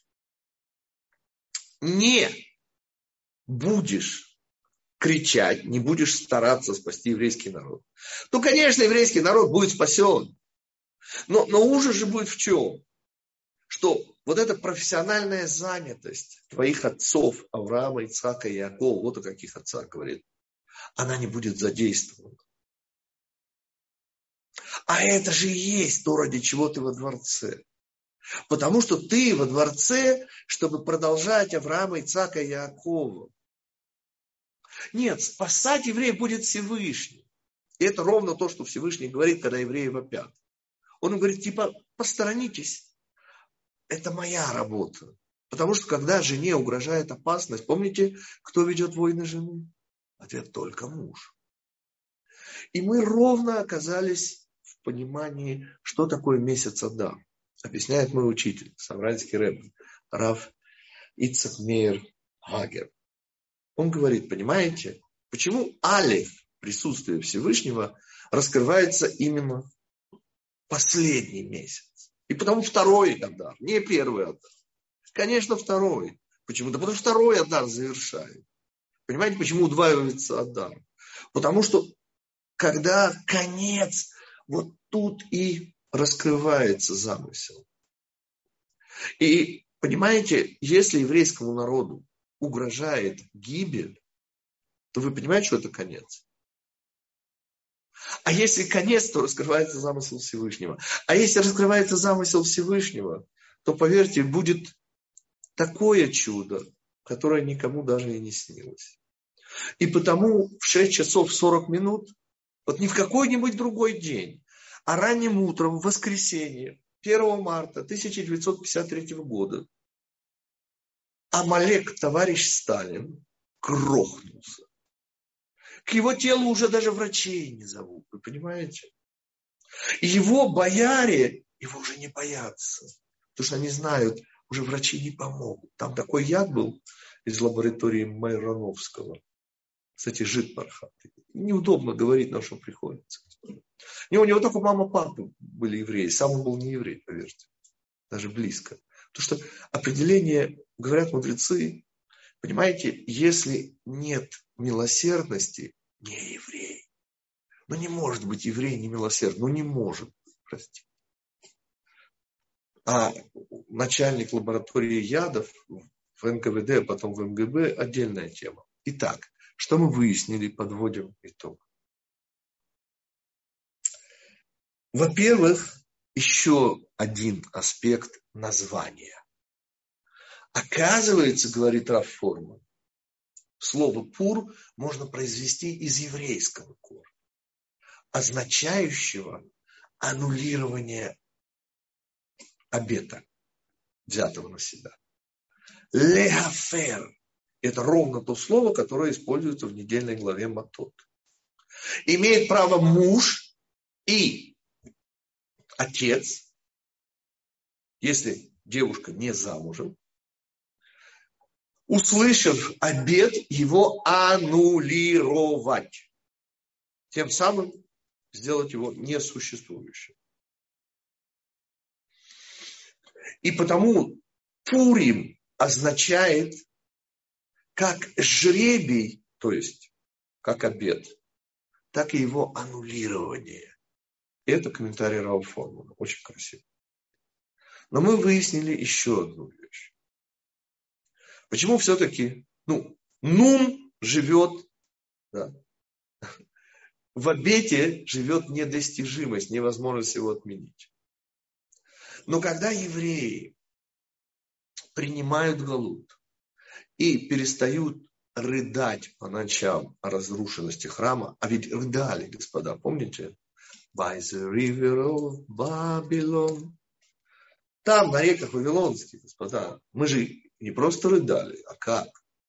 не будешь кричать, не будешь стараться спасти еврейский народ, то, конечно, еврейский народ будет спасен. Но ужас же будет в чем? Что вот эта профессиональная занятость твоих отцов, Авраама, Ицхака и Иакова, вот о каких отцах говорит, она не будет задействована. А это же и есть то, ради чего ты во дворце. Потому что ты во дворце, чтобы продолжать Авраама, Ицхака и Иакова. Нет, спасать евреев будет Всевышний. И это ровно то, что Всевышний говорит, когда евреи вопят. Он говорит, посторонитесь. Это моя работа. Потому что когда жене угрожает опасность, помните, кто ведет войны жены? Ответ: только муж. И мы ровно оказались в понимании, что такое месяц Адар. Объясняет мой учитель, савранский рэбби, Рав Ицхак Мейер Гагер. Он говорит, понимаете, почему алеф, присутствие Всевышнего, раскрывается именно последний месяц. И потому второй Адар, не первый Адар. Конечно, второй. Почему? Да потому что второй Адар завершает. Понимаете, почему удваивается Адар? Потому что когда конец, вот тут и раскрывается замысел. И понимаете, если еврейскому народу угрожает гибель, то вы понимаете, что это конец. А если конец, то раскрывается замысел Всевышнего. А если раскрывается замысел Всевышнего, то, поверьте, будет такое чудо, которое никому даже и не снилось. И потому в 6 часов 40 минут, вот не в какой-нибудь другой день, а ранним утром, в воскресенье, 1 марта 1953 года, Амалек, товарищ Сталин, грохнулся. К его телу уже даже врачей не зовут, вы понимаете? И его бояре, его уже не боятся. Потому что они знают, уже врачи не помогут. Там такой яд был из лаборатории Майроновского. Кстати, жид пархатый. Неудобно говорить, на что приходится. Не, у него только мама, папа были евреи. Сам он был не еврей, поверьте. Даже близко. Потому что определение, говорят мудрецы, понимаете, если нет милосердности, не еврей. Ну не может быть еврей немилосердный. Ну не может. Простите. А начальник лаборатории ядов в НКВД, а потом в МГБ отдельная тема. Итак, что мы выяснили, подводим итог. Во-первых, еще один аспект названия. Оказывается, говорит Рав Форман, слово «пур» можно произвести из еврейского корня, означающего аннулирование обета, взятого на себя. Легафер – это ровно то слово, которое используется в недельной главе Матот. Имеет право муж и отец, если девушка не замужем, услышав обет, его аннулировать. Тем самым сделать его несуществующим. И потому Пурим означает как жребий, то есть как обет, так и его аннулирование. Это комментарий Рава Формана. Очень красиво. Но мы выяснили еще одну вещь. Почему все-таки Нун живет, да, в обете живет недостижимость, невозможность его отменить. Но когда евреи принимают галут и перестают рыдать по ночам о разрушенности храма, а ведь рыдали, господа, помните? By the river of Babylon. Там, на реках Вавилонских, господа, мы же не просто рыдали, а как?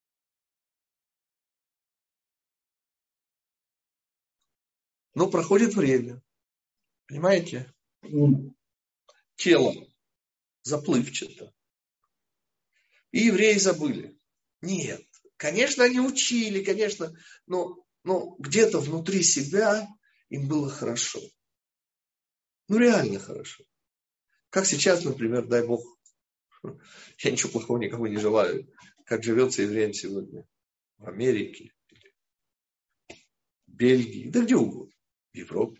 Но проходит время. Понимаете? Тело заплывчато. И евреи забыли. Нет. Конечно, они учили, конечно, но где-то внутри себя им было хорошо. Реально хорошо. Как сейчас, например, дай Бог, я ничего плохого никому не желаю, как живется евреям сегодня в Америке, в Бельгии, да где угодно, в Европе.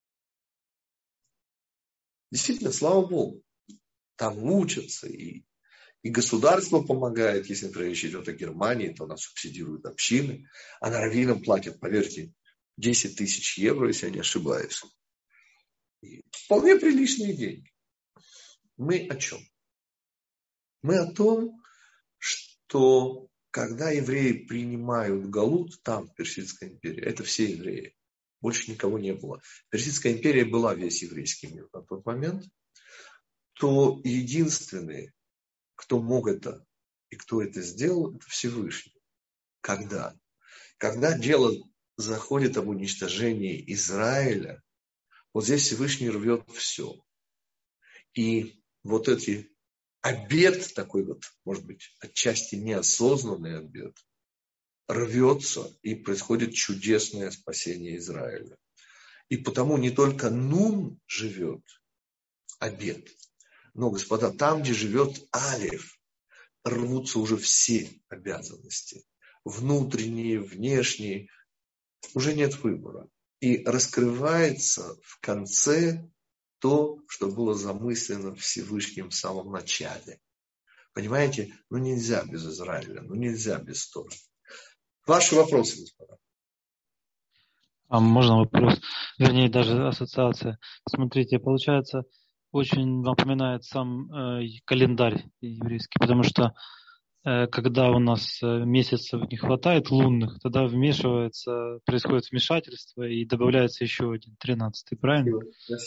Действительно, слава Богу, там учатся, и государство помогает. Если, например, речь идет о Германии, то она субсидирует общины, а на раввинам платят, поверьте, 10 тысяч евро, если я не ошибаюсь. И вполне приличные деньги. Мы о чем? Мы о том, что когда евреи принимают галут, там, в Персидской империи, это все евреи, больше никого не было. Персидская империя была весь еврейский мир на тот момент, то единственный, кто мог это и кто это сделал, это Всевышний. Когда? Когда дело заходит об уничтожении Израиля, вот здесь Всевышний рвет все. И вот эти обет такой вот, может быть, отчасти неосознанный обет, рвется и происходит чудесное спасение Израиля. И потому не только Нун живет обет, но, господа, там, где живет Алеф, рвутся уже все обязанности. Внутренние, внешние, уже нет выбора. И раскрывается в конце то, что было замыслено Всевышним в самом начале. Понимаете? Нельзя без Израиля, нельзя без Торы. Ваши вопросы, господа. А можно вопрос? Вернее, даже ассоциация. Смотрите, получается, очень напоминает сам календарь еврейский, потому что когда у нас месяцев не хватает лунных, тогда происходит вмешательство и добавляется еще один, 13-й, правильно?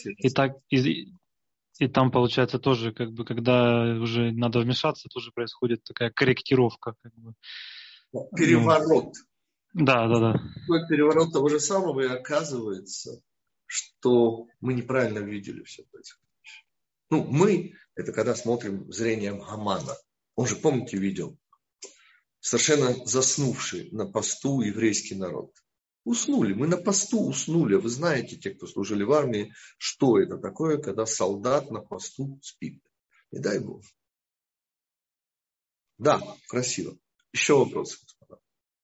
И там получается тоже, когда уже надо вмешаться, тоже происходит такая корректировка. Переворот. Да, да, да. Такой переворот того же самого, и оказывается, что мы неправильно видели все происходящее. Ну, мы, это когда смотрим зрением Гамана. Он же, помните, видел совершенно заснувший на посту еврейский народ. Уснули, мы на посту уснули. Вы знаете, те, кто служили в армии, что это такое, когда солдат на посту спит. Не дай Бог. Да, красиво. Еще вопрос, господа.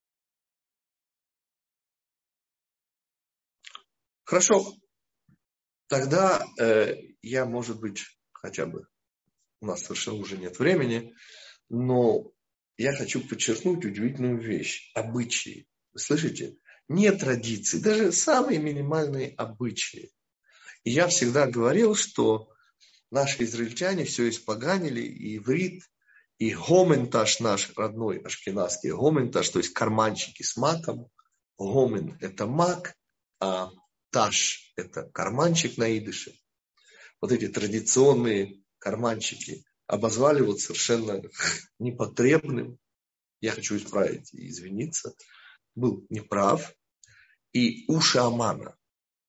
Хорошо. Тогда я, может быть, хотя бы, у нас совершенно уже нет времени, но я хочу подчеркнуть удивительную вещь. Обычаи. Вы слышите? Не традиции, даже самые минимальные обычаи. И я всегда говорил, что наши израильтяне все испоганили, и иврит, и гоментаж наш родной ашкеназский, гоментаж, то есть карманчики с маком. Гомен – это мак, а таш – это карманчик на идыше. Вот эти традиционные карманчики обозвали вот совершенно непотребным. Я хочу исправить и извиниться. Был неправ. И уши Амана.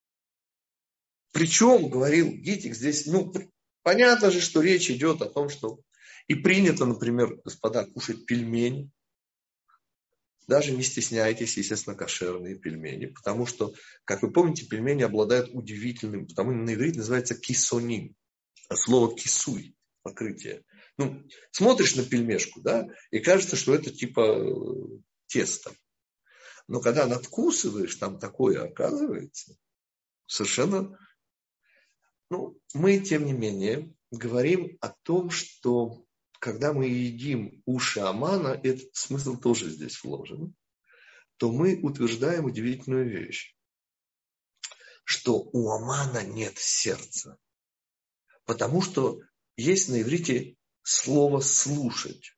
Причем, говорил Гитик, здесь, понятно же, что речь идет о том, что и принято, например, господа, кушать пельмени. Даже не стесняйтесь, естественно, кошерные пельмени. Потому что, как вы помните, пельмени обладают удивительным, потому что на иврите называется кисоним. От слова кисуй, покрытие. Смотришь на пельмешку, да, и кажется, что это типа тесто. Но когда надкусываешь, там такое оказывается. Совершенно. Мы, тем не менее, говорим о том, что когда мы едим уши Амана, этот смысл тоже здесь вложен, то мы утверждаем удивительную вещь, что у Амана нет сердца. Потому что есть на иврите слово «слушать».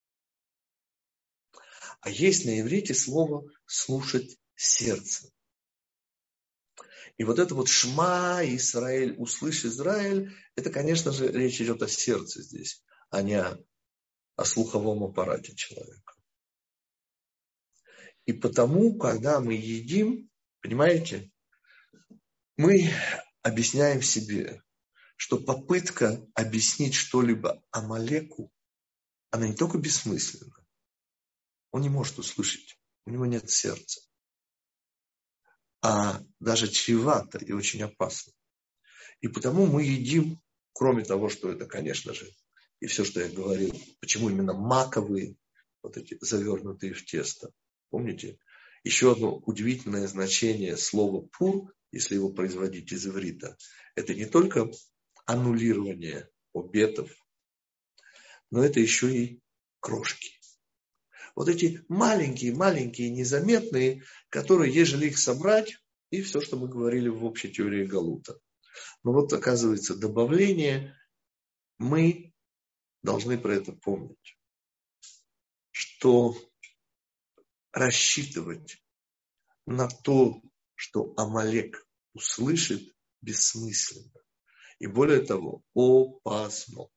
А есть на иврите слово «слушать сердцем». И вот это вот «Шма Исраэль», «услышь Израиль», это, конечно же, речь идет о сердце здесь, а не о слуховом аппарате человека. И потому, когда мы едим, понимаете, мы объясняем себе, что попытка объяснить что-либо Амалеку, она не только бессмысленна, он не может услышать, у него нет сердца, а даже чревато и очень опасно. И потому мы едим, кроме того, что это, конечно же, и все, что я говорил, почему именно маковые, вот эти завернутые в тесто. Помните? Еще одно удивительное значение слова «пур», если его производить из иврита, это не только аннулирование обетов, но это еще и крошки. Вот эти маленькие, незаметные, которые, ежели их собрать, и все, что мы говорили в общей теории Галута. Но вот оказывается добавление, мы должны про это помнить, что рассчитывать на то, что Амалек услышит, бессмысленно. И более того, опасно.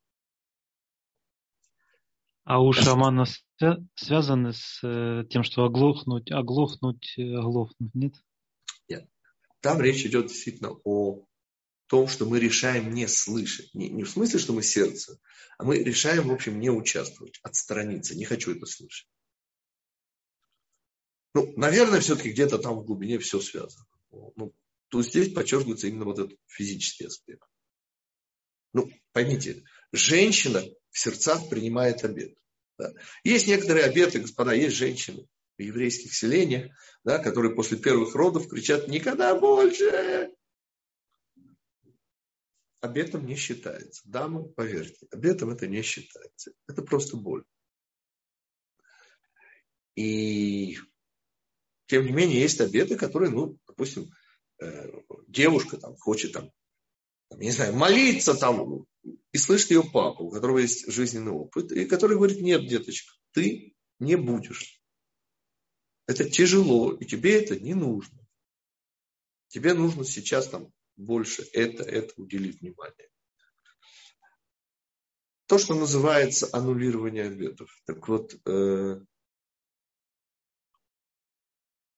А уши Амана связаны с тем, что оглохнуть, нет? Нет. Там речь идет действительно о том, что мы решаем не слышать. Не в смысле, что мы сердце, а мы решаем, в общем, не участвовать, отстраниться. Не хочу это слышать. Наверное, все-таки где-то там в глубине все связано. То здесь подчеркивается именно вот этот физический аспект. Поймите, женщина в сердцах принимает обет. Да. Есть некоторые обеты, господа, есть женщины в еврейских селениях, да, которые после первых родов кричат «никогда больше!». Обетом не считается. Дамы, поверьте, обетом это не считается. Это просто боль. И тем не менее есть обеты, которые, допустим, девушка хочет не знаю, молиться и слышит ее папу, у которого есть жизненный опыт, и который говорит: нет, деточка, ты не будешь. Это тяжело, и тебе это не нужно. Тебе нужно сейчас больше это уделить внимание. То, что называется аннулирование обетов. Так вот,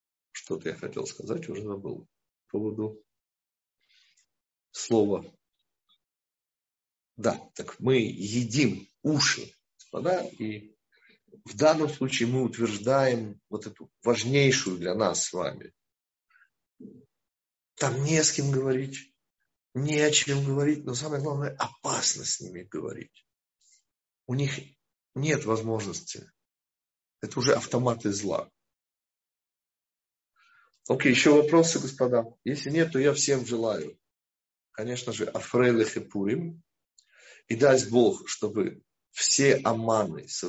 Что-то я хотел сказать, уже забыл. По поводу слова. Да, так мы едим уши, господа, и в данном случае мы утверждаем вот эту важнейшую для нас с вами. Там не с кем говорить, не о чем говорить, но самое главное, опасно с ними говорить. У них нет возможности. Это уже автоматы зла. Окей, еще вопросы, господа? Если нет, то я всем желаю, конечно же, Афрейлех и Пурим. И даст Бог, чтобы все аманы